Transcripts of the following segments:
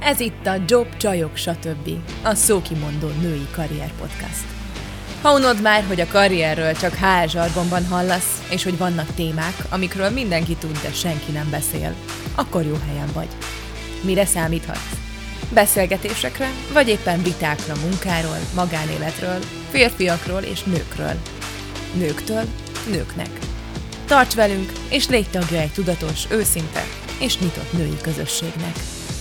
Ez itt a Jobb, Csajok, stb. A szókimondó női karrier podcast. Ha unod már, hogy a karrierről csak HR zsargonban hallasz, és hogy vannak témák, amikről mindenki tud, de senki nem beszél, akkor jó helyen vagy. Mire számíthatsz? Beszélgetésekre, vagy éppen vitákra munkáról, magánéletről, férfiakról és nőkről. Nőktől nőknek. Tarts velünk, és légy tagja egy tudatos, őszinte és nyitott női közösségnek.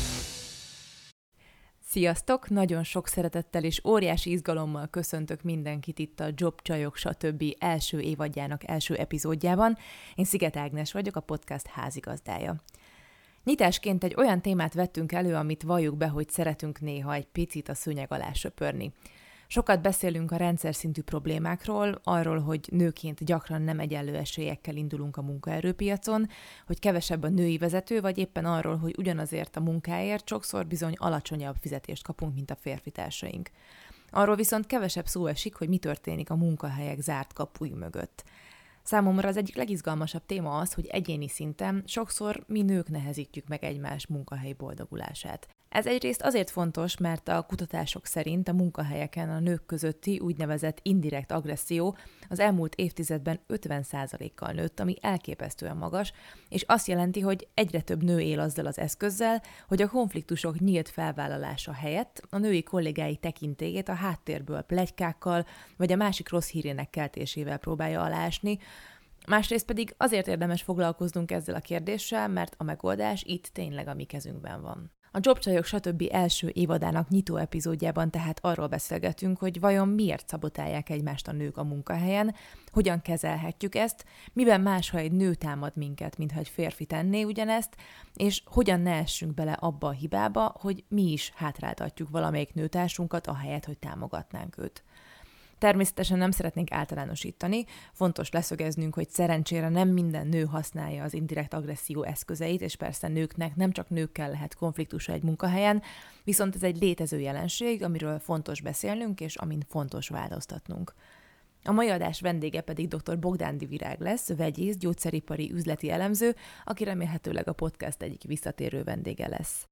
Sziasztok! Nagyon sok szeretettel és óriási izgalommal köszöntök mindenkit itt a Jobb, Csajok, stb. Első évadjának első epizódjában. Én Sziget Ágnes vagyok, a podcast házigazdája. Nyitásként egy olyan témát vettünk elő, amit valljuk be, hogy szeretünk néha egy picit a szőnyeg alá söpörni. Sokat beszélünk a rendszer szintű problémákról, arról, hogy nőként gyakran nem egyenlő esélyekkel indulunk a munkaerőpiacon, hogy kevesebb a női vezető, vagy éppen arról, hogy ugyanazért a munkáért sokszor bizony alacsonyabb fizetést kapunk, mint a férfitársaink. Arról viszont kevesebb szó esik, hogy mi történik a munkahelyek zárt kapuj mögött. Számomra az egyik legizgalmasabb téma az, hogy egyéni szinten sokszor mi nők nehezítjük meg egymás munkahelyi boldogulását. Ez egyrészt azért fontos, mert a kutatások szerint a munkahelyeken a nők közötti úgynevezett indirekt agresszió az elmúlt évtizedben 50%-kal nőtt, ami elképesztően magas, és azt jelenti, hogy egyre több nő él azzal az eszközzel, hogy a konfliktusok nyílt felvállalása helyett a női kollégái tekintélyét a háttérből pletykákkal vagy a másik rossz hírének keltésével próbálja aláásni. Másrészt pedig azért érdemes foglalkoznunk ezzel a kérdéssel, mert a megoldás itt tényleg a mi kezünkben van. A Jobb, Csajok, stb. Első évadának nyitó epizódjában tehát arról beszélgetünk, hogy vajon miért szabotálják egymást a nők a munkahelyen, hogyan kezelhetjük ezt, miben más, ha egy nő támad minket, mintha egy férfi tenné ugyanezt, és hogyan ne essünk bele abba a hibába, hogy mi is hátráltatjuk valamelyik nőtársunkat ahelyett, hogy támogatnánk őt. Természetesen nem szeretnénk általánosítani, fontos leszögeznünk, hogy szerencsére nem minden nő használja az indirekt agresszió eszközeit, és persze nőknek nem csak nőkkel lehet konfliktusa egy munkahelyen, viszont ez egy létező jelenség, amiről fontos beszélnünk, és amin fontos változtatnunk. A mai adás vendége pedig dr. Bogdándi Virág lesz, vegyész, gyógyszeripari üzleti elemző, aki remélhetőleg a podcast egyik visszatérő vendége lesz.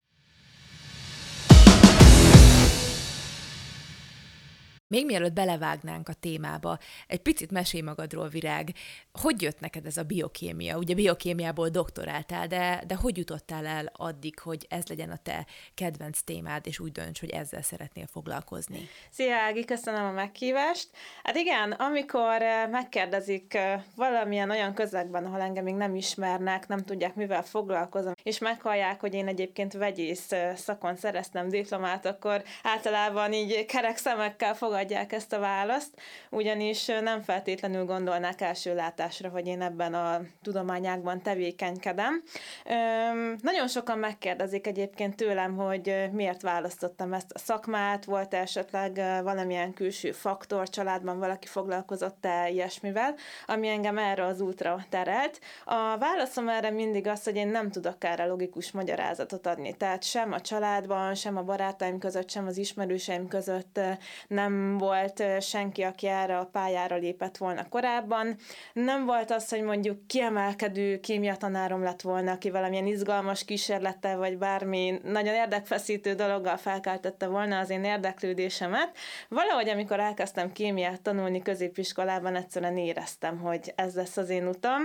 Még mielőtt belevágnánk a témába, egy picit mesélj magadról, Virág. Hogy jött neked ez a biokémia? Ugye biokémiából doktoráltál, de hogy jutottál el addig, hogy ez legyen a te kedvenc témád, és úgy dönts, hogy ezzel szeretnél foglalkozni? Szia Ági, köszönöm a meghívást. Hát igen, amikor megkérdezik valamilyen olyan közegben, ahol engem még nem ismernek, nem tudják, mivel foglalkozom, és meghallják, hogy én egyébként vegyész szakon szereztem diplomát, akkor általában így kerek szemekkel fogadják ezt a választ, ugyanis nem feltétlenül gondolnák első látásra, hogy én ebben a tudományágban tevékenykedem. Nagyon sokan megkérdezik egyébként tőlem, hogy miért választottam ezt a szakmát, volt esetleg valamilyen külső faktor, családban valaki foglalkozott-e ilyesmivel, ami engem erre az útra terelt. A válaszom erre mindig az, hogy én nem tudok erre logikus magyarázatot adni. Tehát sem a családban, sem a barátaim között, sem az ismerőseim között nem volt senki, aki erre a pályára lépett volna korábban. Nem volt az, hogy mondjuk kiemelkedő kémiatanárom lett volna, aki valamilyen izgalmas kísérlettel, vagy bármi nagyon érdekfeszítő dologgal felkeltette volna az én érdeklődésemet. Valahogy, amikor elkezdtem kémiát tanulni középiskolában, egyszerűen éreztem, hogy ez lesz az én utam.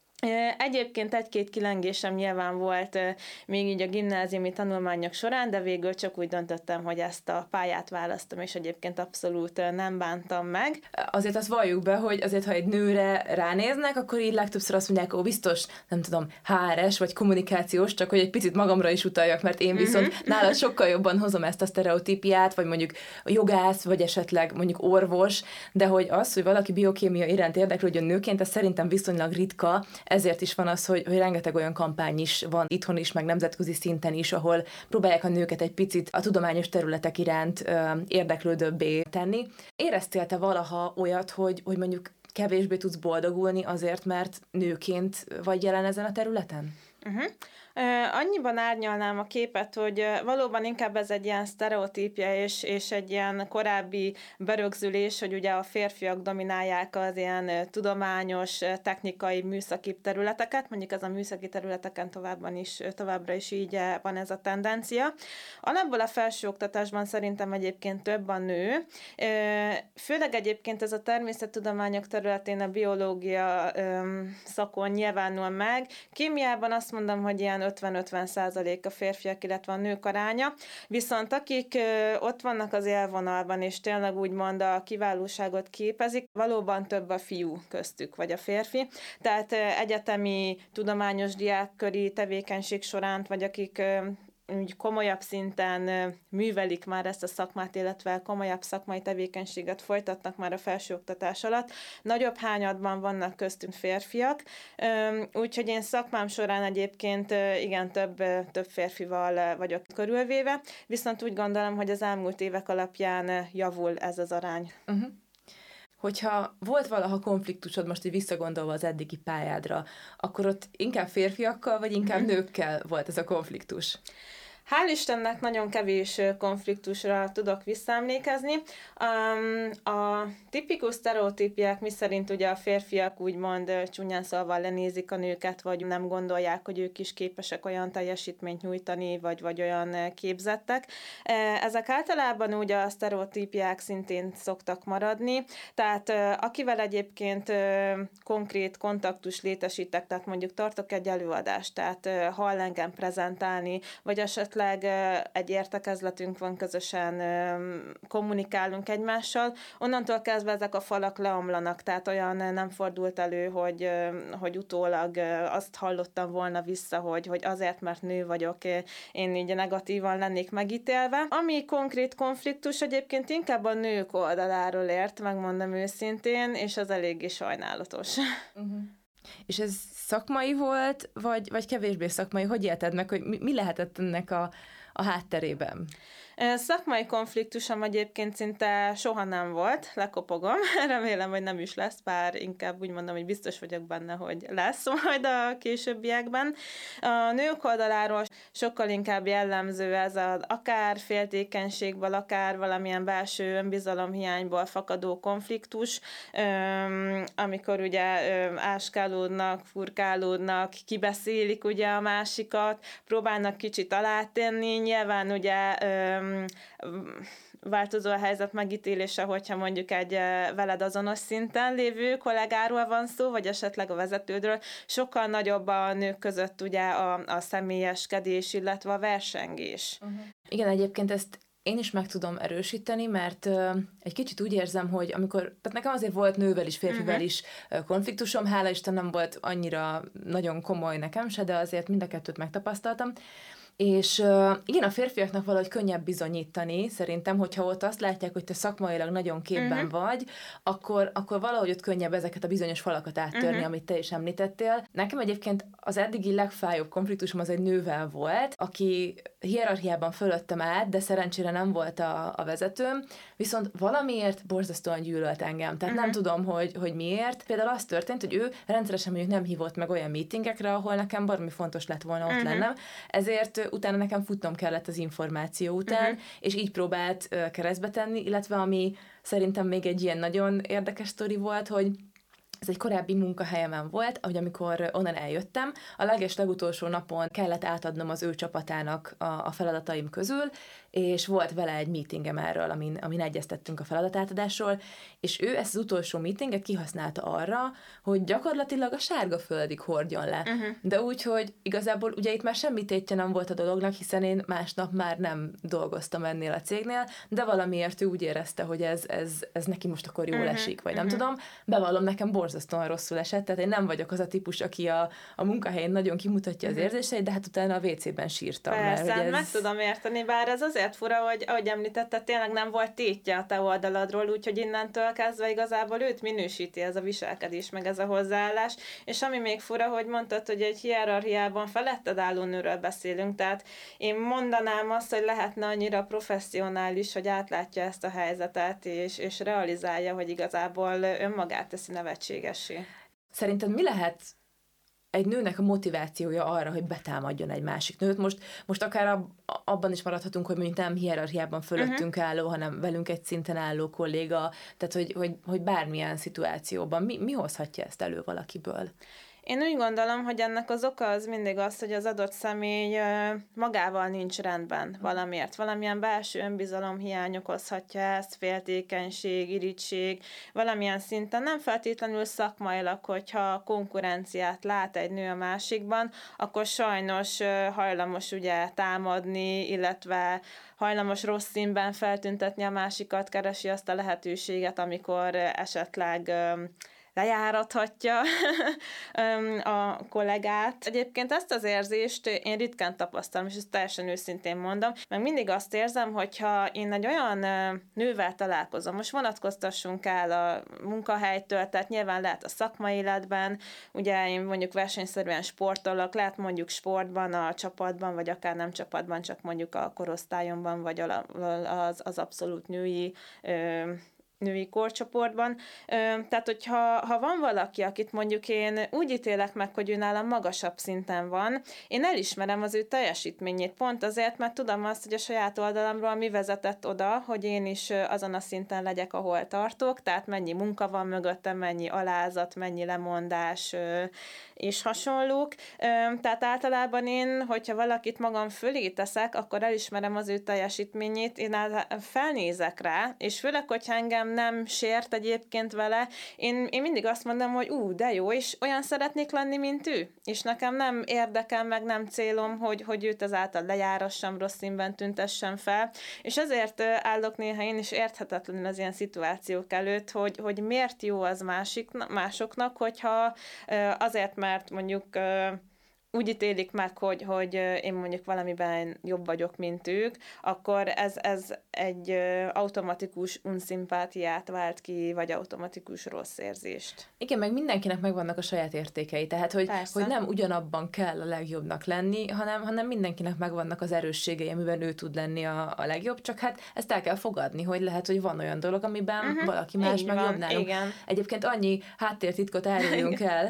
Egyébként egy-két kilengésem nyilván volt még így a gimnáziumi tanulmányok során, de végül csak úgy döntöttem, hogy ezt a pályát választom, és egyébként abszolút nem bántam meg. Azért azt valljuk be, hogy azért, ha egy nőre ránéznek, akkor így legtöbbször azt mondják, hogy biztos, nem tudom, HR-es vagy kommunikációs, csak hogy egy picit magamra is utaljak, mert én viszont nálad sokkal jobban hozom ezt a sztereotípiát, vagy mondjuk jogász, vagy esetleg mondjuk orvos, de hogy az, hogy valaki biokémia iránt érdeklődjön nőként, ez szerintem viszonylag ritka. Ezért is van az, hogy rengeteg olyan kampány is van itthon is, meg nemzetközi szinten is, ahol próbálják a nőket egy picit a tudományos területek iránt érdeklődőbbé tenni. Éreztél te valaha olyat, hogy mondjuk kevésbé tudsz boldogulni azért, mert nőként vagy jelen ezen a területen? Annyiban árnyalnám a képet, hogy valóban inkább ez egy ilyen sztereotípia és egy ilyen korábbi berögzülés, hogy ugye a férfiak dominálják az ilyen tudományos, technikai, műszaki területeket, mondjuk ez a műszaki területeken továbbra is így van ez a tendencia. Alapból a felsőoktatásban szerintem egyébként több a nő, főleg egyébként ez a természettudományok területén a biológia szakon nyilvánul meg. Kémiában azt mondom, hogy ilyen 50-50% a férfiak, illetve a nők aránya, viszont akik ott vannak az élvonalban, és tényleg úgymond a kiválóságot képezik, valóban több a fiú köztük, vagy a férfi. Tehát egyetemi, tudományos diákköri tevékenység során, vagy akik úgy komolyabb szinten művelik már ezt a szakmát, illetve komolyabb szakmai tevékenységet folytatnak már a felsőoktatás alatt. Nagyobb hányadban vannak köztünk férfiak, úgyhogy én szakmám során egyébként igen több férfival vagyok körülvéve, viszont úgy gondolom, hogy az elmúlt évek alapján javul ez az arány. Hogyha volt valaha konfliktusod, most így visszagondolva az eddigi pályádra, akkor ott inkább férfiakkal, vagy inkább nőkkel volt ez a konfliktus? Hál' Istennek nagyon kevés konfliktusra tudok visszaemlékezni. A tipikus sztereotípiák, miszerint ugye a férfiak úgymond csúnyán szólva lenézik a nőket, vagy nem gondolják, hogy ők is képesek olyan teljesítményt nyújtani, vagy olyan képzettek. Ezek általában ugye a sztereotípiák szintén szoktak maradni, tehát akivel egyébként konkrét kontaktus létesítek, tehát mondjuk tartok egy előadást, tehát hall engem prezentálni, vagy esetleg egy értekezletünk van, közösen kommunikálunk egymással, onnantól kezdve ezek a falak leomlanak, tehát olyan nem fordult elő, hogy utólag azt hallottam volna vissza, hogy azért, mert nő vagyok, én így negatívan lennék megítélve. Ami konkrét konfliktus egyébként inkább a nők oldaláról ért, megmondom őszintén, és az eléggé sajnálatos. És ez szakmai volt, vagy kevésbé szakmai? Hogy élted meg, hogy mi lehetett ennek a hátterében? Szakmai konfliktusom egyébként szinte soha nem volt, lekopogom, remélem, hogy nem is lesz, bár inkább úgy mondom, hogy biztos vagyok benne, hogy lesz majd a későbbiekben. A nők oldaláról sokkal inkább jellemző ez akár féltékenységből, akár valamilyen belső önbizalomhiányból fakadó konfliktus, amikor ugye áskálódnak, furkálódnak, kibeszélik ugye a másikat, próbálnak kicsit alátenni, nyilván ugye változó a helyzet megítélése, hogyha mondjuk egy veled azonos szinten lévő kollégáról van szó, vagy esetleg a vezetődről, sokkal nagyobb a nők között ugye a személyeskedés, illetve a versengés. Igen, egyébként ezt én is meg tudom erősíteni, mert egy kicsit úgy érzem, hogy tehát nekem azért volt nővel is, férfivel is konfliktusom, hála Isten nem volt annyira nagyon komoly nekem se, de azért mind a kettőt megtapasztaltam. És igen, a férfiaknak valahogy könnyebb bizonyítani, szerintem, hogyha ott azt látják, hogy te szakmailag nagyon képben vagy, akkor valahogy ott könnyebb ezeket a bizonyos falakat áttörni, amit te is említettél. Nekem egyébként az eddigi legfájóbb konfliktusom az egy nővel volt, aki hierarchiában fölöttem állt, de szerencsére nem volt a vezetőm, viszont valamiért borzasztóan gyűlölt engem. Tehát nem tudom, hogy miért. Például az történt, hogy ő rendszeresen mondjuk nem hívott meg olyan meetingekre, ahol nekem baromi fontos lett volna ott lennem, ezért utána nekem futnom kellett az információ után, és így próbált keresztbe tenni, illetve ami szerintem még egy ilyen nagyon érdekes sztori volt, hogy ez egy korábbi munkahelyemen volt, ahogy amikor onnan eljöttem, a legutolsó napon kellett átadnom az ő csapatának a feladataim közül, és volt vele egy meetingem erről, amin egyeztettünk a feladatátadásról, és ő ezt az utolsó meetinget kihasználta arra, hogy gyakorlatilag a sárga földig hordjon le. De úgy, hogy igazából ugye itt már semmi tétje nem volt a dolognak, hiszen én másnap már nem dolgoztam ennél a cégnél, de valamiért ő úgy érezte, hogy ez neki most akkor jól esik, vagy nem tudom. Bevallom, nekem borzasztóan rosszul esett, tehát én nem vagyok az a típus, aki a munkahelyén nagyon kimutatja az érzéseit, de hát utána a WC-ben sírtam. Persze, mert, meg tudom érteni, bár ez azért fura, hogy ahogy említetted, tényleg nem volt tétje a te oldaladról, úgyhogy innentől kezdve igazából őt minősíti ez a viselkedés, meg ez a hozzáállás, és ami még fura, hogy mondtad, hogy egy hierarchiában feletted álló nőről beszélünk, tehát én mondanám azt, hogy lehetne annyira professzionális, hogy átlátja ezt a helyzetet, és realizálja, hogy igazából önmagát teszi nevetségessé. Szerinted mi lehet egy nőnek a motivációja arra, hogy betámadjon egy másik nőt. Most akár abban is maradhatunk, hogy mondjuk nem hierarchiában fölöttünk álló, hanem velünk egy szinten álló kolléga, tehát hogy bármilyen szituációban mi hozhatja ezt elő valakiből? Én úgy gondolom, hogy ennek az oka az mindig az, hogy az adott személy magával nincs rendben valamiért. Valamilyen belső önbizalomhiány okozhatja ezt, féltékenység, irigység, valamilyen szinten, nem feltétlenül szakmailag, hogyha konkurenciát lát egy nő a másikban, akkor sajnos hajlamos ugye támadni, illetve hajlamos rossz színben feltüntetni a másikat, keresi azt a lehetőséget, amikor esetleg lejárathatja a kollégát. Egyébként ezt az érzést én ritkán tapasztalom, és ezt teljesen őszintén mondom, meg mindig azt érzem, hogyha én egy olyan nővel találkozom, most vonatkoztassunk el a munkahelytől, tehát nyilván lehet a szakmai életben, ugye én mondjuk versenyszerűen sportolok, lehet mondjuk sportban, a csapatban, vagy akár nem csapatban, csak mondjuk a korosztályomban, vagy az abszolút női korcsoportban. Tehát, hogyha van valaki, akit mondjuk én úgy ítélek meg, hogy ő nálam magasabb szinten van, én elismerem az ő teljesítményét pont azért, mert tudom azt, hogy a saját oldalamról mi vezetett oda, hogy én is azon a szinten legyek, ahol tartok, tehát mennyi munka van mögöttem, mennyi alázat, mennyi lemondás és hasonlók. Tehát általában én, hogyha valakit magam fölé teszek, akkor elismerem az ő teljesítményét, én felnézek rá, és főleg, hogyha engem nem sért egyébként vele, én mindig azt mondom, hogy de jó, és olyan szeretnék lenni, mint ő. És nekem nem érdekel, meg nem célom, hogy őt ezáltal lejárassam, rossz színben tüntessem fel. És ezért állok néha én is érthetetlenül az ilyen szituációk előtt, hogy miért jó az másoknak, hogyha azért, mert mondjuk úgy ítélik meg, hogy én mondjuk valamiben jobb vagyok, mint ők, akkor ez egy automatikus unszimpátiát vált ki, vagy automatikus rossz érzést. Igen, meg mindenkinek megvannak a saját értékei, tehát hogy nem ugyanabban kell a legjobbnak lenni, hanem mindenkinek megvannak az erősségei, amiben ő tud lenni a legjobb, csak hát ezt el kell fogadni, hogy lehet, hogy van olyan dolog, amiben valaki más meg jobb nálunk. Igen. Egyébként annyi háttértitkot áruljunk el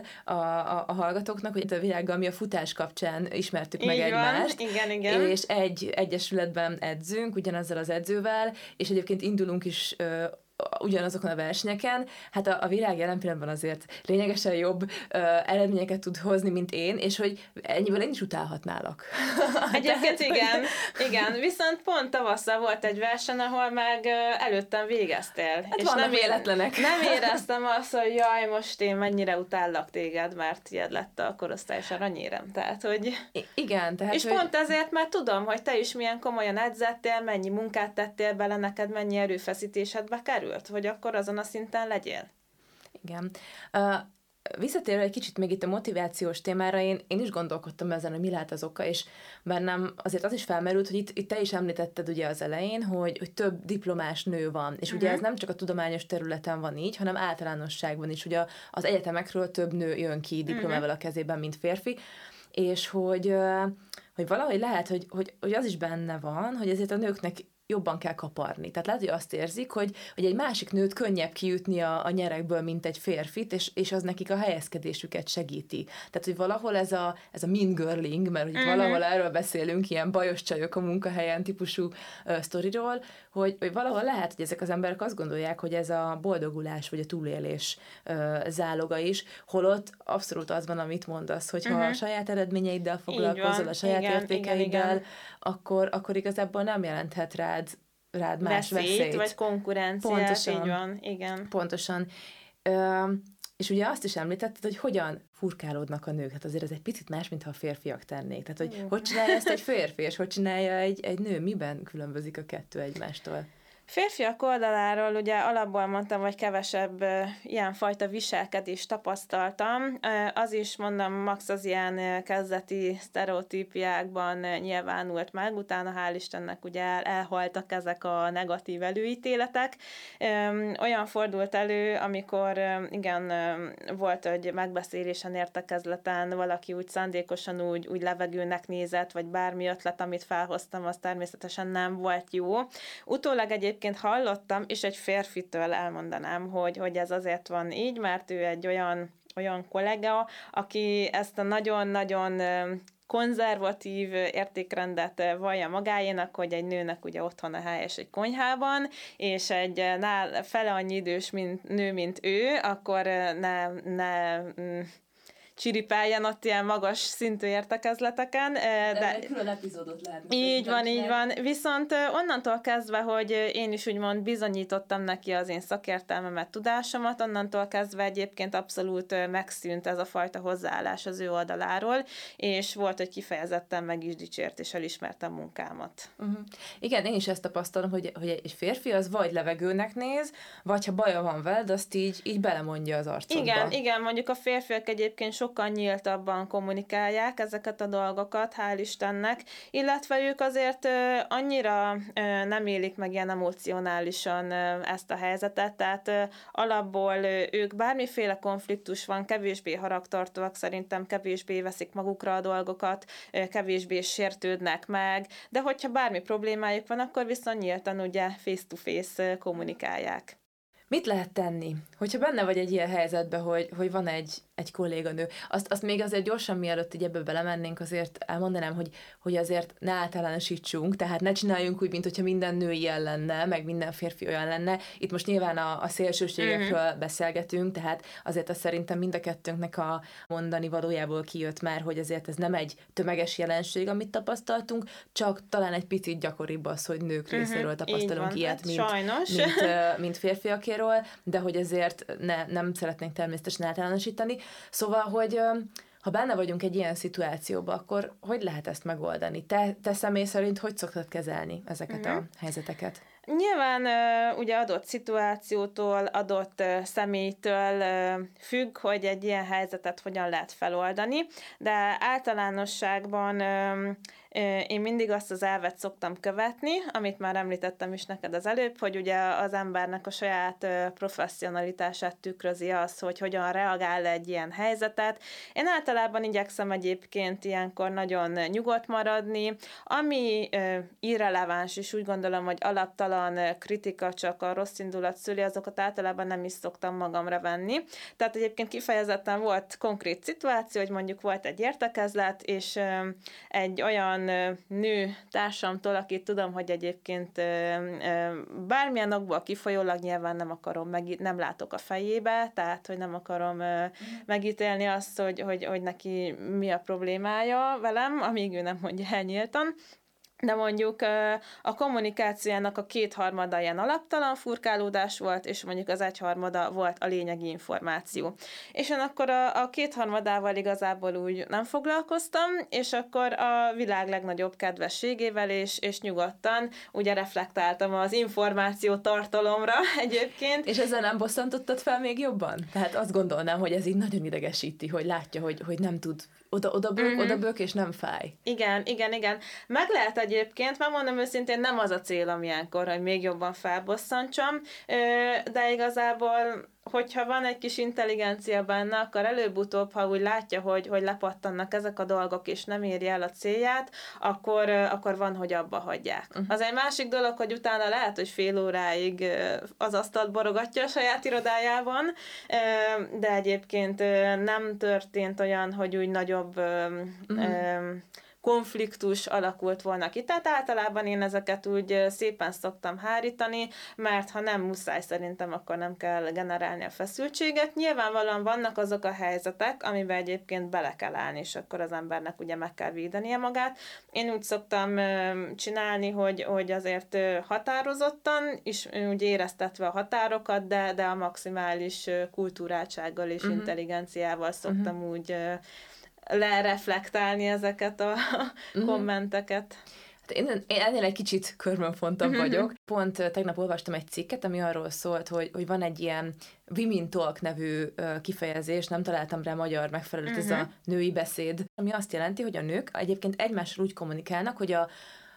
a hallgatóknak, hogy a világgal mi a futás kapcsán ismertük meg egymást. Igen. És egy egyesületben edzünk, ugyanazzal az edzővel, és egyébként indulunk is ugyanazokon a versenyeken, hát a világ jelen pillanatban azért lényegesen jobb eredményeket tud hozni, mint én, és hogy ennyiből én is utálhatnálak. Egyébként igen, viszont pont tavasszal volt egy verseny, ahol meg előttem végeztél. Hát és vannak véletlenek. Nem éreztem azt, hogy jaj, most én mennyire utállak téged, mert tiéd lett a korosztályos aranyérem. Tehát, hogy... Igen. Tehát, és pont ezért, mert tudom, hogy te is milyen komolyan edzettél, mennyi munkát tettél bele, neked mennyi erőfeszítésedbe került, hogy akkor azon a szinten legyél. Igen. Visszatérve egy kicsit még itt a motivációs témára, én is gondolkodtam ezen, hogy mi lehet az oka, és bennem azért az is felmerült, hogy itt te is említetted ugye az elején, hogy több diplomás nő van, és ugye ez nem csak a tudományos területen van így, hanem általánosságban is, ugye az egyetemekről több nő jön ki diplomával a kezében, mint férfi, és hogy valahogy lehet, hogy az is benne van, hogy ezért a nőknek jobban kell kaparni. Tehát lehet, hogy azt érzik, hogy egy másik nőt könnyebb kiütni a nyerekből, mint egy férfit, és az nekik a helyezkedésüket segíti. Tehát, hogy valahol ez a mean girling, mert hogy valahol erről beszélünk, ilyen bajos csajok a munkahelyen típusú sztoriról, hogy valahol lehet, hogy ezek az emberek azt gondolják, hogy ez a boldogulás, vagy a túlélés záloga is, holott abszolút az van, amit mondasz, hogy ha a saját eredményeiddel foglalkozol, a saját értékeiddel, akkor igazából nem jelenthet rád más veszélyt. Vagy konkurenciát. Pontosan. Így van, igen. Pontosan. És ugye azt is említetted, hogy hogyan furkálódnak a nők. Hát azért ez egy picit más, mintha a férfiak tennék. Tehát, hogy csinálja ezt egy férfi, és hogy csinálja egy nő? Miben különbözik a kettő egymástól? Férfiak oldaláról ugye alapból mondtam, hogy kevesebb ilyenfajta viselkedést tapasztaltam. Az is mondom, max az ilyen kezdeti sztereotípiákban nyilvánult meg, utána hál' Istennek ugye elhaltak ezek a negatív előítéletek. Olyan fordult elő, amikor igen, volt egy megbeszélésen, értekezleten, valaki úgy szándékosan úgy levegőnek nézett, vagy bármi ötlet, amit felhoztam, az természetesen nem volt jó. Utólag egyébként hallottam, és egy férfitől elmondanám, hogy ez azért van így, mert ő egy olyan olyan kollega, aki ezt a nagyon-nagyon konzervatív értékrendet vallja magáénak, hogy egy nőnek ugye otthon a helyes egy konyhában, és egy fele annyi idős nő, mint ő, akkor ne csiripáljan ott ilyen magas szintű értekezleteken. De egy külön epizódot lehetne. Így van. Viszont onnantól kezdve, hogy én is úgymond bizonyítottam neki az én szakértelmemet, tudásomat, onnantól kezdve egyébként abszolút megszűnt ez a fajta hozzáállás az ő oldaláról, és volt, hogy kifejezetten meg is dicsért és elismerte a munkámat. Igen, én is ezt tapasztalom, hogy egy férfi az vagy levegőnek néz, vagy ha baja van veled, azt így belemondja az arcodba. Igen, mondjuk a férfiak egyébként sokkal nyíltabban kommunikálják ezeket a dolgokat, hál' Istennek, illetve ők azért annyira nem élik meg ilyen emocionálisan ezt a helyzetet, tehát alapból ők bármiféle konfliktus van, kevésbé haragtartóak, szerintem kevésbé veszik magukra a dolgokat, kevésbé sértődnek meg, de hogyha bármi problémájuk van, akkor viszont nyíltan ugye face-to-face kommunikálják. Mit lehet tenni, hogyha benne vagy egy ilyen helyzetben, hogy van egy kolléganő? Azt még azért gyorsan, mielőtt így ebbe belemennénk, azért elmondanám, hogy azért ne általánosítsunk, tehát ne csináljunk úgy, mint hogyha minden nő ilyen lenne, meg minden férfi olyan lenne. Itt most nyilván a szélsőségekről beszélgetünk, tehát azért azt szerintem mind a kettőnknek a mondani valójából kijött már, hogy azért ez nem egy tömeges jelenség, amit tapasztaltunk, csak talán egy picit gyakoribb az, hogy nők részéről tapasztalunk ilyet, mint férfiakéről, de hogy ezért nem szeretnénk természetesen általánosítani. Szóval, hogy ha benne vagyunk egy ilyen szituációban, akkor hogy lehet ezt megoldani? Te személy szerint hogy szoktad kezelni ezeket a helyzeteket? Nyilván ugye adott szituációtól, adott személytől függ, hogy egy ilyen helyzetet hogyan lehet feloldani, de általánosságban én mindig azt az elvet szoktam követni, amit már említettem is neked az előbb, hogy ugye az embernek a saját professzionalitását tükrözi az, hogy hogyan reagál egy ilyen helyzetet. Én általában igyekszem egyébként ilyenkor nagyon nyugodt maradni, ami irreleváns, és úgy gondolom, hogy alaptalan kritika csak a rossz indulat szüli, azokat általában nem is szoktam magamra venni. Tehát egyébként kifejezetten volt konkrét szituáció, hogy mondjuk volt egy értekezlet, és egy olyan nő társamtól, akit tudom, hogy egyébként bármilyen okból kifolyólag nyilván nem látok a fejébe, tehát, hogy nem akarom megítélni azt, hogy neki mi a problémája velem, amíg ő nem mondja el nyíltan. De mondjuk a kommunikációjának a 2/3 ilyen alaptalan furkálódás volt, és mondjuk az 1/3 volt a lényegi információ. És én akkor a 2/3 igazából úgy nem foglalkoztam, és akkor a világ legnagyobb kedvességével és nyugodtan ugye reflektáltam az információ tartalomra egyébként. És ezzel nem bosszantottad fel még jobban? Tehát azt gondolnám, hogy ez így nagyon idegesíti, hogy látja, hogy nem tud oda bők, és nem fáj. Igen. Meg lehet egyébként, megmondom őszintén, nem az a célom ilyenkor, hogy még jobban felbosszantsam, de igazából, hogyha van egy kis intelligencia benne, akkor előbb-utóbb, ha úgy látja, hogy lepattannak ezek a dolgok, és nem érje el a célját, akkor van, hogy abba hagyják. Az egy másik dolog, hogy utána lehet, hogy fél óráig az asztalt borogatja a saját irodájában, de egyébként nem történt olyan, hogy úgy nagyobb konfliktus alakult volna ki. Tehát általában én ezeket úgy szépen szoktam hárítani, mert ha nem muszáj szerintem, akkor nem kell generálni a feszültséget. Nyilvánvalóan vannak azok a helyzetek, amiben egyébként bele kell állni, és akkor az embernek ugye meg kell védenie magát. Én úgy szoktam csinálni, hogy azért határozottan, és úgy éreztetve a határokat, de a maximális kultúráltsággal és intelligenciával szoktam úgy lereflektálni ezeket a kommenteket. Én ennél egy kicsit körmönfontabb vagyok. Pont tegnap olvastam egy cikket, ami arról szólt, hogy van egy ilyen women talk nevű kifejezés, nem találtam rá magyar megfelelőt, ez a női beszéd, ami azt jelenti, hogy a nők egyébként egymással úgy kommunikálnak, hogy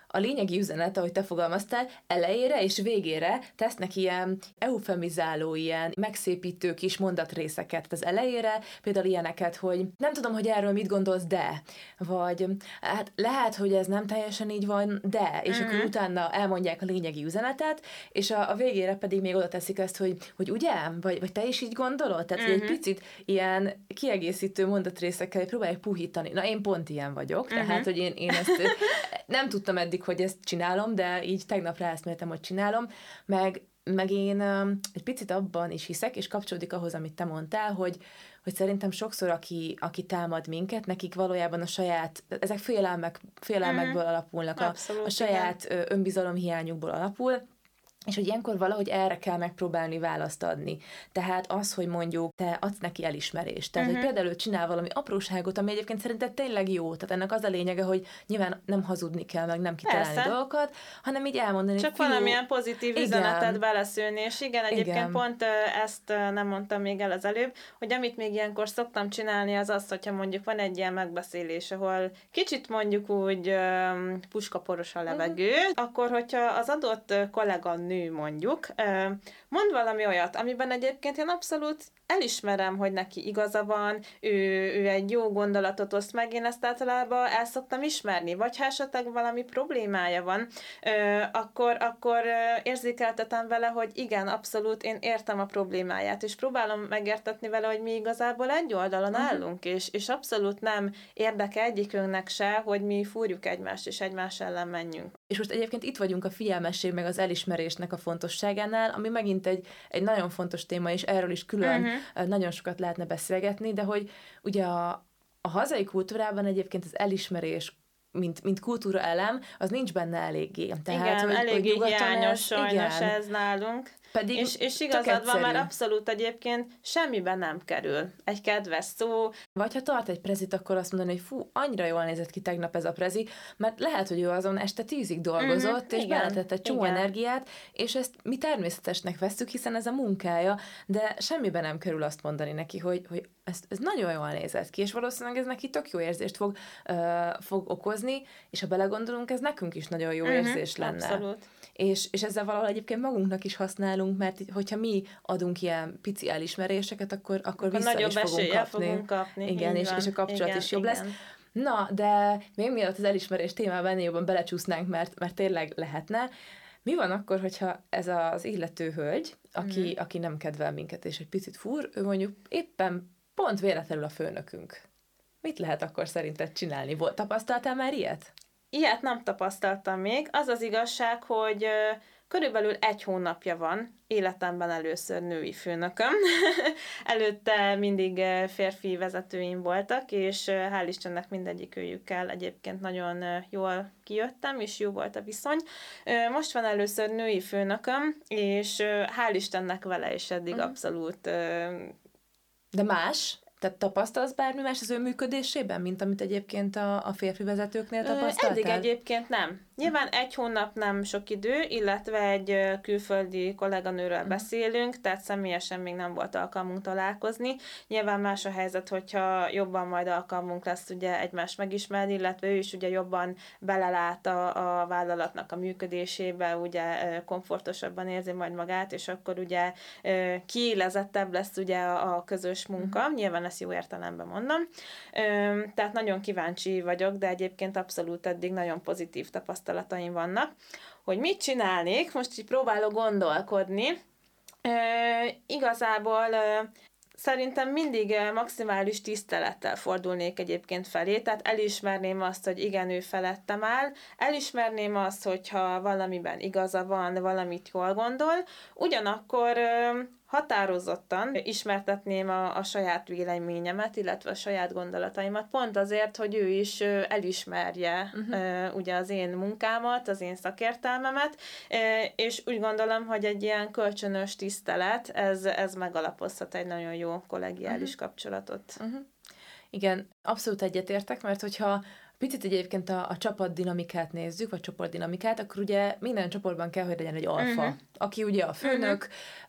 a lényegi üzenet, ahogy te fogalmaztál, elejére és végére tesznek ilyen eufemizáló, ilyen megszépítő kis mondatrészeket. Az elejére például ilyeneket, hogy nem tudom, hogy erről mit gondolsz, de, vagy hát lehet, hogy ez nem teljesen így van, de, és akkor utána elmondják a lényegi üzenetet, és a végére pedig még oda teszik ezt, hogy ugye, vagy te is így gondolod? Tehát egy picit ilyen kiegészítő mondatrészekkel próbálják puhítani. Na, én pont ilyen vagyok, tehát, hogy én ezt nem tudtam eddig, hogy ezt csinálom, de így tegnap ráeszméltem, hogy csinálom, meg én egy picit abban is hiszek, és kapcsolódik ahhoz, amit te mondtál, hogy szerintem sokszor, aki támad minket, nekik valójában a saját, ezek félelmekből alapulnak, Abszolút, a saját önbizalomhiányukból alapul, és hogy ilyenkor valahogy erre kell megpróbálni választ adni. Tehát az, hogy mondjuk te adsz neki elismerést. Tehát, hogy például ő csinál valami apróságot, ami egyébként szerinted tényleg jó. Tehát ennek az a lényege, hogy nyilván nem hazudni kell, meg nem kitalálni dolgokat, hanem így elmondani. Csak valamilyen pozitív üzenetet beleszülni. És igen, egyébként pont ezt nem mondtam még el az előbb, hogy amit még ilyenkor szoktam csinálni, az az, hogyha mondjuk van egy ilyen megbeszélés, ahol kicsit mondjuk úgy puskaporos a levegő, akkor hogyha az adott kolléganő mondjuk, mond valami olyat, amiben egyébként én abszolút elismerem, hogy neki igaza van, ő egy jó gondolatot oszt meg, én ezt általában el szoktam ismerni, vagy ha esetleg valami problémája van, akkor érzékeltetem vele, hogy igen, abszolút én értem a problémáját, és próbálom megértetni vele, hogy mi igazából egy oldalon állunk, és abszolút nem érdeke egyikünknek se, hogy mi fúrjuk egymást, és egymás ellen menjünk. És most egyébként itt vagyunk a figyelmesség meg az elismerésnek a fontosságánál, ami megint egy nagyon fontos téma, és erről is külön nagyon sokat lehetne beszélgetni, de hogy ugye a hazai kultúrában egyébként az elismerés, mint kultúra elem, az nincs benne eléggé. Tehát, igen, eléggé hiányos sajnos ez nálunk. Pedig és igazad van, már abszolút egyébként semmiben nem kerül. Egy kedves szó. Vagy ha tart egy prezit, akkor azt mondani, hogy fú, annyira jól nézett ki tegnap ez a prezi, mert lehet, hogy ő azon este 10-ig dolgozott, és beletett egy csomó energiát, és ezt mi természetesnek vesszük, hiszen ez a munkája, de semmiben nem kerül azt mondani neki, hogy ez nagyon jól nézett ki, és valószínűleg ez neki tök jó érzést fog okozni, és ha belegondolunk, ez nekünk is nagyon jó érzés lenne. Abszolút. És ezzel valahol egyébként magunknak is használunk, mert hogyha mi adunk ilyen pici elismeréseket, akkor vissza is fogunk kapni. Igen, és a kapcsolat is jobb lesz. Na, de még mielőtt az elismerés témában ennél jobban belecsúsznánk, mert tényleg lehetne. Mi van akkor, hogyha ez az illető hölgy, aki nem kedvel minket, és egy picit fúr, ő mondjuk éppen pont véletlenül a főnökünk. Mit lehet akkor szerinted csinálni? Tapasztaltál már ilyet? Ilyet nem tapasztaltam még. Az az igazság, hogy körülbelül 1 hónapja van életemben először női főnököm. Előtte mindig férfi vezetőim voltak, és hál' Istennek mindegyikőjükkel egyébként nagyon jól kijöttem, és jó volt a viszony. Most van először női főnököm, és hál' Istennek vele is eddig abszolút... De más? Tehát tapasztalsz bármi más az ő működésében, mint amit egyébként a férfi vezetőknél tapasztaltál? Eddig egyébként nem. Nyilván 1 hónap nem sok idő, illetve egy külföldi kolléganőről beszélünk, tehát személyesen még nem volt alkalmunk találkozni. Nyilván más a helyzet, hogyha jobban majd alkalmunk lesz ugye egymást megismerni, illetve ő is ugye jobban belelát a vállalatnak a működésébe, ugye komfortosabban érzi majd magát, és akkor ugye kiélezettebb lesz ugye a közös munka. Nyilván ezt jó értelemben mondom. Tehát nagyon kíváncsi vagyok, de egyébként abszolút eddig nagyon pozitív tapasztalataim vannak. Hogy mit csinálnék, most így próbálok gondolkodni. Igazából szerintem mindig maximális tisztelettel fordulnék egyébként felé, tehát elismerném azt, hogy igen, ő felettem áll, elismerném azt, hogyha valamiben igaza van, valamit jól gondol, ugyanakkor határozottan ismertetném a saját véleményemet, illetve a saját gondolataimat, pont azért, hogy ő is elismerje ugye az én munkámat, az én szakértelmemet, és úgy gondolom, hogy egy ilyen kölcsönös tisztelet, ez megalapozhat egy nagyon jó kollegiális kapcsolatot. Igen, abszolút egyetértek, mert hogyha picit egyébként a csapatdinamikát nézzük, vagy csoportdinamikát, akkor ugye minden csoportban kell, hogy legyen egy alfa, aki ugye a főnök,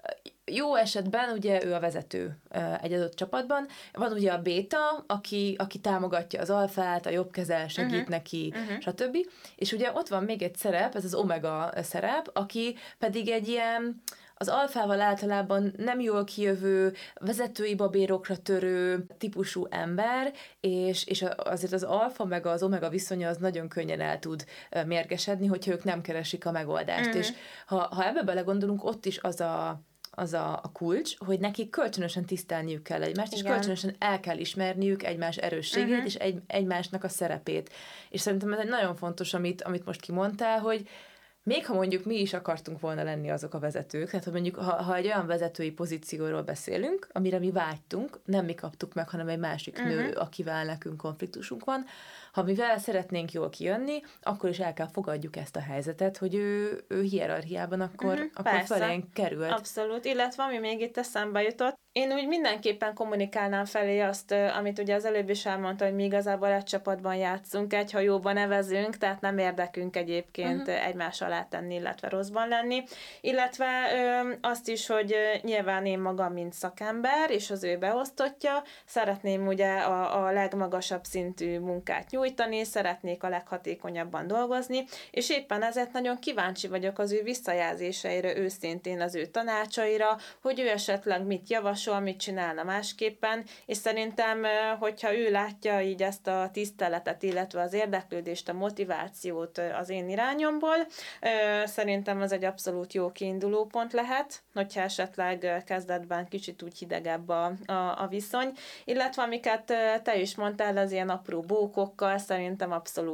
Jó esetben ugye ő a vezető egy adott csapatban, van ugye a béta, aki támogatja az alfát, a jobb kezel, segít neki, stb. És ugye ott van még egy szerep, ez az omega szerep, aki pedig egy ilyen az alfával általában nem jól kijövő, vezetői babérokra törő típusú ember, és azért az alfa meg az omega viszonya az nagyon könnyen el tud mérgesedni, hogyha ők nem keresik a megoldást. És ha ebbe belegondolunk, ott is az a kulcs, hogy nekik kölcsönösen tisztelniük kell egymást, és kölcsönösen el kell ismerniük egymás erősségét, és egymásnak a szerepét. És szerintem ez egy nagyon fontos, amit most kimondtál, hogy még ha mondjuk mi is akartunk volna lenni azok a vezetők, tehát mondjuk ha egy olyan vezetői pozícióról beszélünk, amire mi vágytunk, nem mi kaptuk meg, hanem egy másik nő, akivel nekünk konfliktusunk van, ha mivel szeretnénk jól kijönni, akkor is el kell fogadjuk ezt a helyzetet, hogy ő hierarchiában akkor felénk került. Abszolút, illetve ami még itt eszembe jutott, én úgy mindenképpen kommunikálnám felé azt, amit ugye az előbb is elmondta, hogy mi igazából egy csapatban játszunk, egy hajóban nevezünk, tehát nem érdekünk egyébként egymás alá tenni, illetve rosszban lenni. Illetve azt is, hogy nyilván én magam, mint szakember, és az ő beosztottja, szeretném ugye a legmagasabb szintű munkát nyújtani, szeretnék a leghatékonyabban dolgozni, és éppen ezért nagyon kíváncsi vagyok az ő visszajelzéseire, őszintén az ő tanácsaira, hogy ő esetleg mit javasol, mit csinálna másképpen, és szerintem, hogyha ő látja így ezt a tiszteletet, illetve az érdeklődést, a motivációt az én irányomból, szerintem ez egy abszolút jó kiinduló pont lehet, hogyha esetleg kezdetben kicsit úgy hidegebb a viszony, illetve amiket te is mondtál, az ilyen apró bókokkal szerintem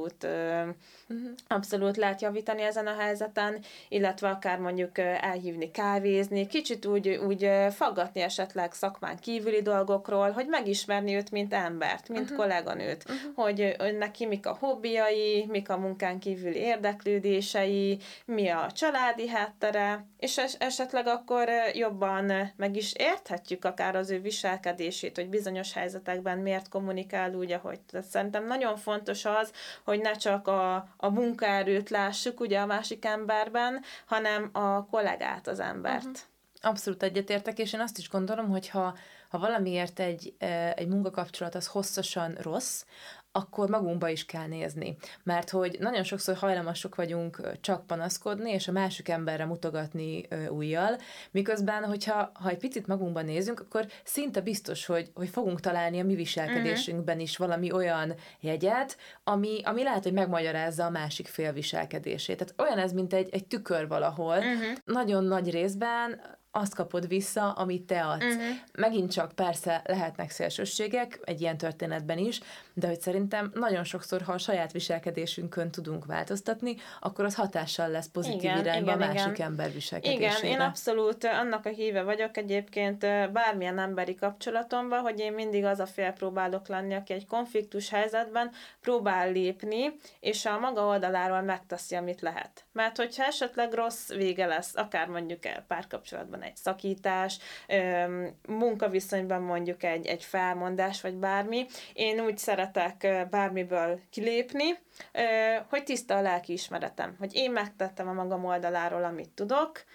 abszolút lehet javítani ezen a helyzeten, illetve akár mondjuk elhívni kávézni, kicsit úgy faggatni esetleg szakmán kívüli dolgokról, hogy megismerni őt, mint embert, mint kolléganőt, hogy neki mik a hobbiai, mik a munkán kívüli érdeklődései, mi a családi háttere, és esetleg akkor jobban meg is érthetjük akár az ő viselkedését, hogy bizonyos helyzetekben miért kommunikál úgy, ahogy. Tehát szerintem nagyon fontos az, hogy ne csak a munkaerőt lássuk ugye a másik emberben, hanem a kollégát, az embert. Abszolút egyetértek, és én azt is gondolom, hogy ha valamiért egy munkakapcsolat az hosszasan rossz, akkor magunkba is kell nézni. Mert hogy nagyon sokszor hajlamosak vagyunk csak panaszkodni, és a másik emberre mutogatni ujjal, miközben, hogyha egy picit magunkban nézünk, akkor szinte biztos, hogy fogunk találni a mi viselkedésünkben is valami olyan jegyet, ami lehet, hogy megmagyarázza a másik fél viselkedését. Tehát olyan ez, mint egy tükör valahol. Nagyon nagy részben azt kapod vissza, amit te adsz. Megint csak persze lehetnek szélsőségek, egy ilyen történetben is, de hogy szerintem nagyon sokszor, ha a saját viselkedésünkön tudunk változtatni, akkor az hatással lesz pozitív irányba a másik ember viselkedésére. Igen, én abszolút annak a híve vagyok egyébként bármilyen emberi kapcsolatomban, hogy én mindig az a fél próbálok lenni, aki egy konfliktus helyzetben próbál lépni, és a maga oldaláról megteszi, amit lehet. Mert hogyha esetleg rossz vége lesz, akár mondjuk párkapcsolatban egy szakítás, munkaviszonyban mondjuk egy felmondás, vagy bármi, én úgy szeretek bármiből kilépni, hogy tiszta a lelkiismeretem, hogy én megtettem a magam oldaláról, amit tudok,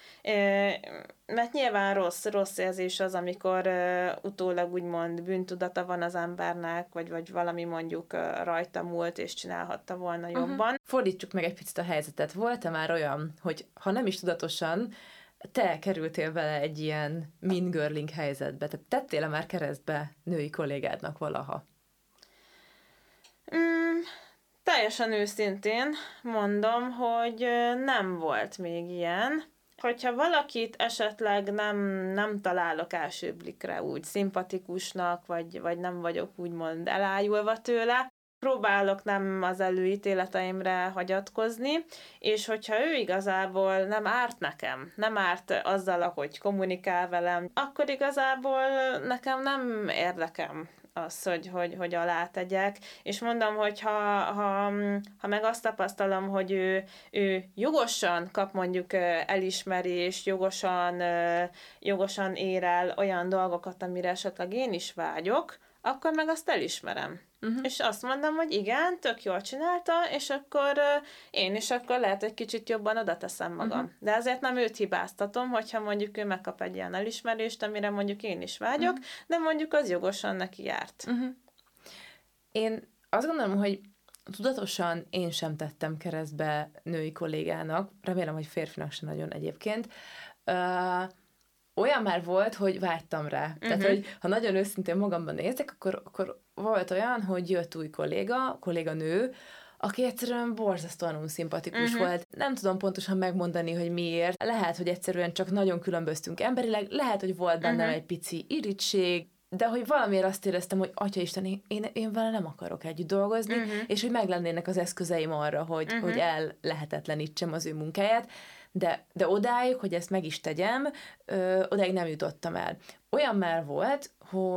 mert nyilván rossz érzés az, amikor utólag úgymond bűntudata van az embernek, vagy valami mondjuk rajta múlt, és csinálhatta volna jobban. Fordítsuk meg egy picit a helyzetet. Volt-e már olyan, hogy ha nem is tudatosan, te kerültél vele egy ilyen mean girling helyzetbe? Tehát tettél-e már keresztbe női kollégádnak valaha? Teljesen őszintén mondom, hogy nem volt még ilyen. Hogyha valakit esetleg nem találok első blikre úgy szimpatikusnak, vagy nem vagyok úgymond elájulva tőle, próbálok nem az előítéleteimre hagyatkozni, és hogyha ő igazából nem árt nekem, nem árt azzal, ahogy kommunikál velem, akkor igazából nekem nem érdekem az, hogy alátegyek, és mondom, hogy ha meg azt tapasztalom, hogy ő jogosan kap mondjuk elismerést, jogosan ér el olyan dolgokat, amire esetleg én is vágyok, akkor meg azt elismerem. És azt mondom, hogy igen, tök jól csinálta, és akkor én is akkor lehet egy kicsit jobban oda teszem magam. De azért nem őt hibáztatom, hogyha mondjuk ő megkap egy ilyen elismerést, amire mondjuk én is vágyok, de mondjuk az jogosan neki járt. Én azt gondolom, hogy tudatosan én sem tettem keresztbe női kollégának, remélem, hogy férfinak sem nagyon egyébként, olyan már volt, hogy vágytam rá. Tehát, hogy ha nagyon őszintén magamban nézek, akkor volt olyan, hogy jött új kolléganő, aki egyszerűen borzasztóan unszimpatikus volt. Nem tudom pontosan megmondani, hogy miért. Lehet, hogy egyszerűen csak nagyon különböztünk emberileg, lehet, hogy volt bennem egy pici irítség, de hogy valamiért azt éreztem, hogy Atyaisten, én vele nem akarok együtt dolgozni, és hogy meglennének az eszközeim arra, hogy el lehetetlenítsem az ő munkáját, de odáig, hogy ezt meg is tegyem, odáig nem jutottam el. Olyan már volt,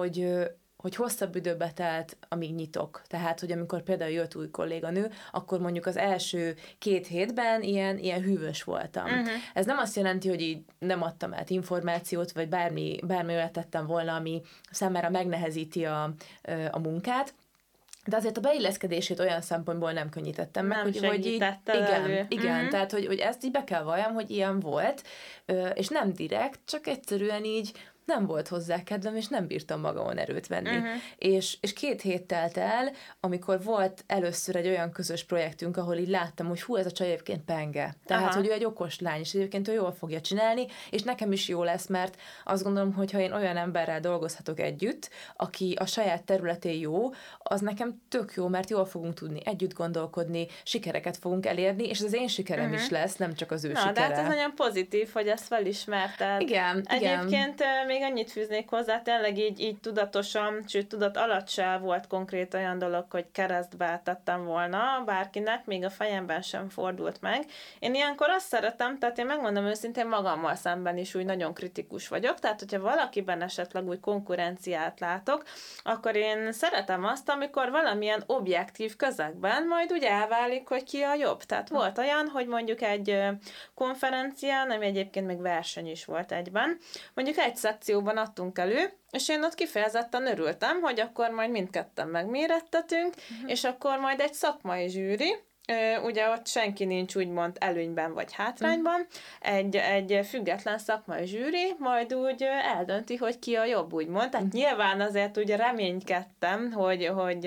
hogy hosszabb időbe telt, amíg nyitok. Tehát, hogy amikor például jött új kolléganő, akkor mondjuk az első 2 hétben ilyen hűvös voltam. Ez nem azt jelenti, hogy így nem adtam át információt, vagy bármi olyat tettem volna, ami számára megnehezíti a munkát, de azért a beilleszkedését olyan szempontból nem könnyítettem meg, hogy így, igen, tehát hogy ezt így be kell valljam, hogy ilyen volt, és nem direkt, csak egyszerűen így nem volt hozzá kedvem, és nem bírtam magamon erőt venni. És 2 hét telt el, amikor volt először egy olyan közös projektünk, ahol így láttam, hogy ez a csaj egyébként penge. Tehát, hogy ő egy okos lány, és egyébként ő jól fogja csinálni, és nekem is jó lesz, mert azt gondolom, hogy ha én olyan emberrel dolgozhatok együtt, aki a saját területén jó, az nekem tök jó, mert jól fogunk tudni együtt gondolkodni, sikereket fogunk elérni, és az én sikerem is lesz, nem csak az ő sikere. De hát ez nagyon pozitív, hogy ezt felismerted. Igen. Egyébként még annyit fűznék hozzá, tényleg így tudatosan, sőt tudat alatt se volt konkrét olyan dolog, hogy keresztbe tettem volna bárkinek, még a fejemben sem fordult meg. Én ilyenkor azt szeretem, tehát én megmondom őszintén, magammal szemben is úgy nagyon kritikus vagyok, tehát hogyha valakiben esetleg úgy konkurenciát látok, akkor én szeretem azt, amikor valamilyen objektív közegben majd úgy elválik, hogy ki a jobb. Tehát volt olyan, hogy mondjuk egy konferencián, ami egyébként még verseny is volt egyben, mondjuk egy szekcióban adtunk elő, és én ott kifejezetten örültem, hogy akkor majd mindketten megmérettetünk, és akkor majd egy szakmai zsűri, ugye ott senki nincs úgymond előnyben vagy hátrányban, egy független szakmai zsűri majd úgy eldönti, hogy ki a jobb, úgymond. Tehát nyilván azért ugye reménykedtem, hogy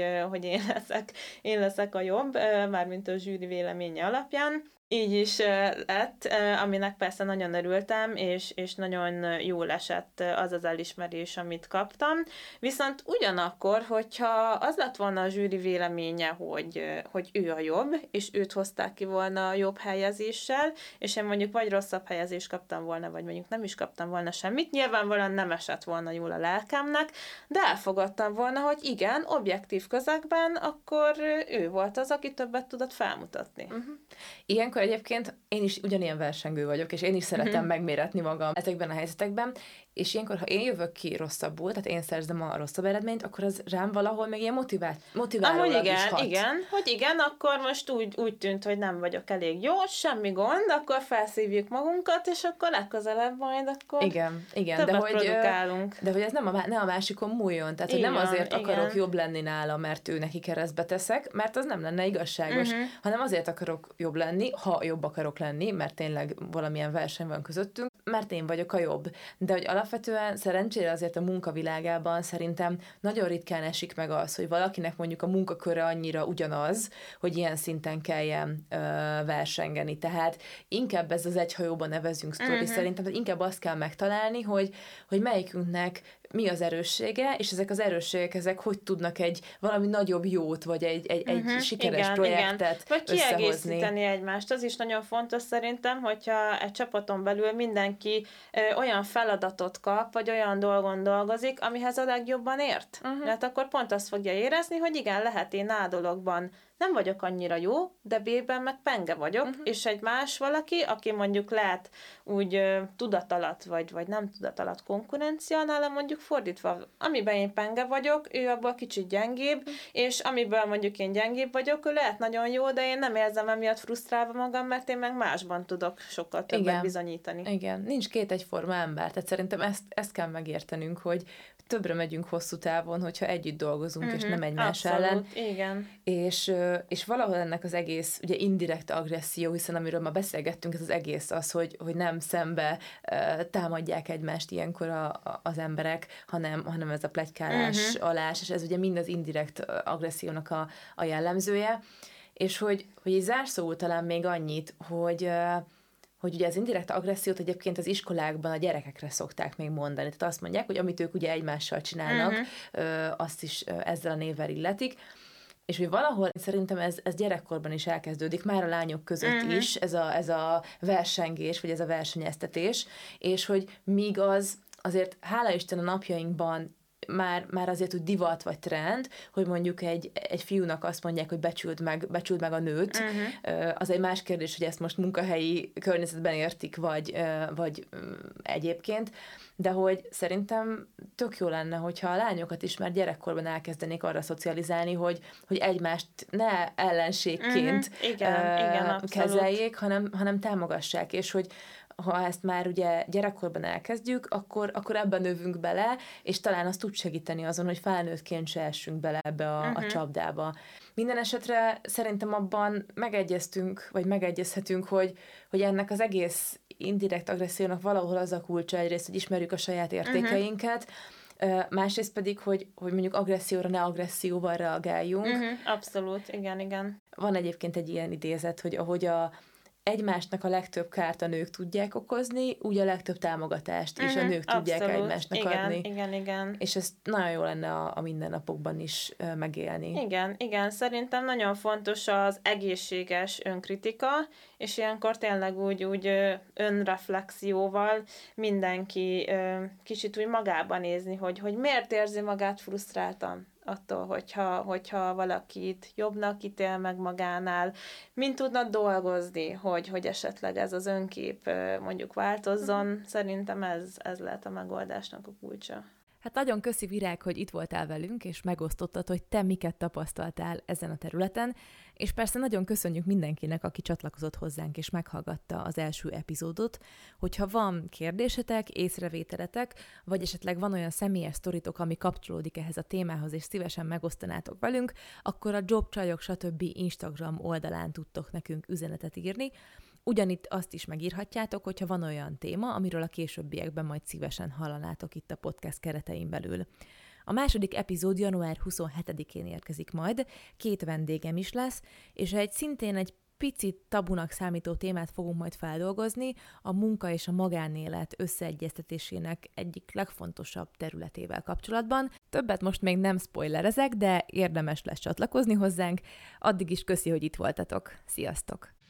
én leszek a jobb, mármint a zsűri véleménye alapján. Így is lett, aminek persze nagyon örültem, és nagyon jól esett az az elismerés, amit kaptam. Viszont ugyanakkor, hogyha az lett volna a zsűri véleménye, hogy ő a jobb, és őt hozták ki volna a jobb helyezéssel, és én mondjuk vagy rosszabb helyezést kaptam volna, vagy mondjuk nem is kaptam volna semmit, nyilvánvalóan nem esett volna jól a lelkemnek, de elfogadtam volna, hogy igen, objektív közegben, akkor ő volt az, aki többet tudott felmutatni. Ilyenkor egyébként én is ugyanilyen versengő vagyok, és én is szeretem megméretni magam ezekben a helyzetekben, és ilyenkor, ha én jövök ki rosszabbul, tehát én szerzem a rosszabb eredményt, akkor az rám valahol még ilyen motiválólag is hat. Igen, akkor most úgy tűnt, hogy nem vagyok elég jó, semmi gond, akkor felszívjuk magunkat, és akkor legközelebb majd akkor igen, többet produkálunk. De hogy ez nem a másikon múljon, tehát hogy nem azért akarok jobb lenni nála, mert ő neki keresztbe teszek, mert az nem lenne igazságos, hanem azért akarok jobb lenni, ha jobb akarok lenni, mert tényleg valamilyen verseny van közöttünk, mert én vagyok a jobb. De hogy alapvetően szerencsére azért a munkavilágában szerintem nagyon ritkán esik meg az, hogy valakinek mondjuk a munkaköre annyira ugyanaz, hogy ilyen szinten kelljen versengeni. Tehát inkább ez az egy hajóban nevezünk sztori, szerintem inkább azt kell megtalálni, hogy melyikünknek mi az erőssége, és ezek az erősségek, ezek hogy tudnak valami nagyobb jót, vagy egy sikeres projektet vagy összehozni. kiegészíteni egymást. Az is nagyon fontos szerintem, hogyha egy csapaton belül mindenki olyan feladatot kap, vagy olyan dolgon dolgozik, amihez a legjobban ért. Mert akkor pont azt fogja érezni, hogy igen, lehet én A dologban nem vagyok annyira jó, de B-ben meg penge vagyok, és egy más valaki, aki mondjuk lehet úgy tudatalat, vagy nem tudatalat konkurencia, nálam mondjuk fordítva, amiben én penge vagyok, ő abból kicsit gyengébb, és amiből mondjuk én gyengébb vagyok, ő lehet nagyon jó, de én nem érzem emiatt frusztrálva magam, mert én meg másban tudok sokkal többet bizonyítani. Igen, nincs két egyforma ember, tehát szerintem ezt kell megértenünk, hogy többre megyünk hosszú távon, hogyha együtt dolgozunk, és nem egymás ellen. Igen. És valahol ennek az egész, ugye indirekt agresszió, hiszen amiről ma beszélgettünk, ez az egész az, hogy nem szembe támadják egymást ilyenkor az emberek, hanem ez a pletykálás, alás, és ez ugye mind az indirekt agressziónak a jellemzője. És hogy így zárszóul talán még annyit, hogy ugye az indirekt agressziót egyébként az iskolákban a gyerekekre szokták még mondani. Tehát azt mondják, hogy amit ők ugye egymással csinálnak, azt is ezzel a névvel illetik. És hogy valahol szerintem ez gyerekkorban is elkezdődik, már a lányok között is, ez a versengés, vagy ez a versenyeztetés, és hogy míg az azért hála Isten a napjainkban már azért úgy divat vagy trend, hogy mondjuk egy fiúnak azt mondják, hogy becsüld meg a nőt. Az egy más kérdés, hogy ezt most munkahelyi környezetben értik, vagy egyébként, de hogy szerintem tök jó lenne, hogyha a lányokat is már gyerekkorban elkezdenék arra szocializálni, hogy egymást ne ellenségként igen, kezeljék, hanem támogassák, és hogy ha ezt már ugye gyerekkorban elkezdjük, akkor ebben növünk bele, és talán azt tud segíteni azon, hogy felnőttként se essünk bele ebbe a csapdába. Minden esetre szerintem abban megegyeztünk, vagy megegyezhetünk, hogy ennek az egész indirekt agressziónak valahol az a kulcsa egyrészt, hogy ismerjük a saját értékeinket, másrészt pedig, hogy mondjuk agresszióra ne agresszióval reagáljunk. Abszolút, igen. Van egyébként egy ilyen idézet, hogy ahogy egymásnak a legtöbb kárt a nők tudják okozni, úgy a legtöbb támogatást is a nők tudják egymásnak adni. Igen. És ez nagyon jó lenne a mindennapokban is megélni. Igen. Szerintem nagyon fontos az egészséges önkritika, és ilyenkor tényleg úgy önreflexióval mindenki kicsit úgy magába nézni, hogy miért érzi magát frusztráltan attól, hogyha valakit jobbnak ítél meg magánál, mint tudna dolgozni, hogy esetleg ez az önkép mondjuk változzon. Szerintem ez lehet a megoldásnak a kulcsa. Hát nagyon köszi, Virág, hogy itt voltál velünk, és megosztottad, hogy te miket tapasztaltál ezen a területen, és persze nagyon köszönjük mindenkinek, aki csatlakozott hozzánk, és meghallgatta az első epizódot. Hogyha van kérdésetek, észrevételetek, vagy esetleg van olyan személyes sztoritok, ami kapcsolódik ehhez a témához, és szívesen megosztanátok velünk, akkor a Jobcsajok stb. Instagram oldalán tudtok nekünk üzenetet írni. Ugyanitt azt is megírhatjátok, hogyha van olyan téma, amiről a későbbiekben majd szívesen hallanátok itt a podcast keretein belül. A második epizód január 27-én érkezik majd, 2 vendégem is lesz, és szintén egy picit tabunak számító témát fogunk majd feldolgozni, a munka és a magánélet összeegyeztetésének egyik legfontosabb területével kapcsolatban. Többet most még nem spoilerezek, de érdemes lesz csatlakozni hozzánk. Addig is köszi, hogy itt voltatok. Sziasztok!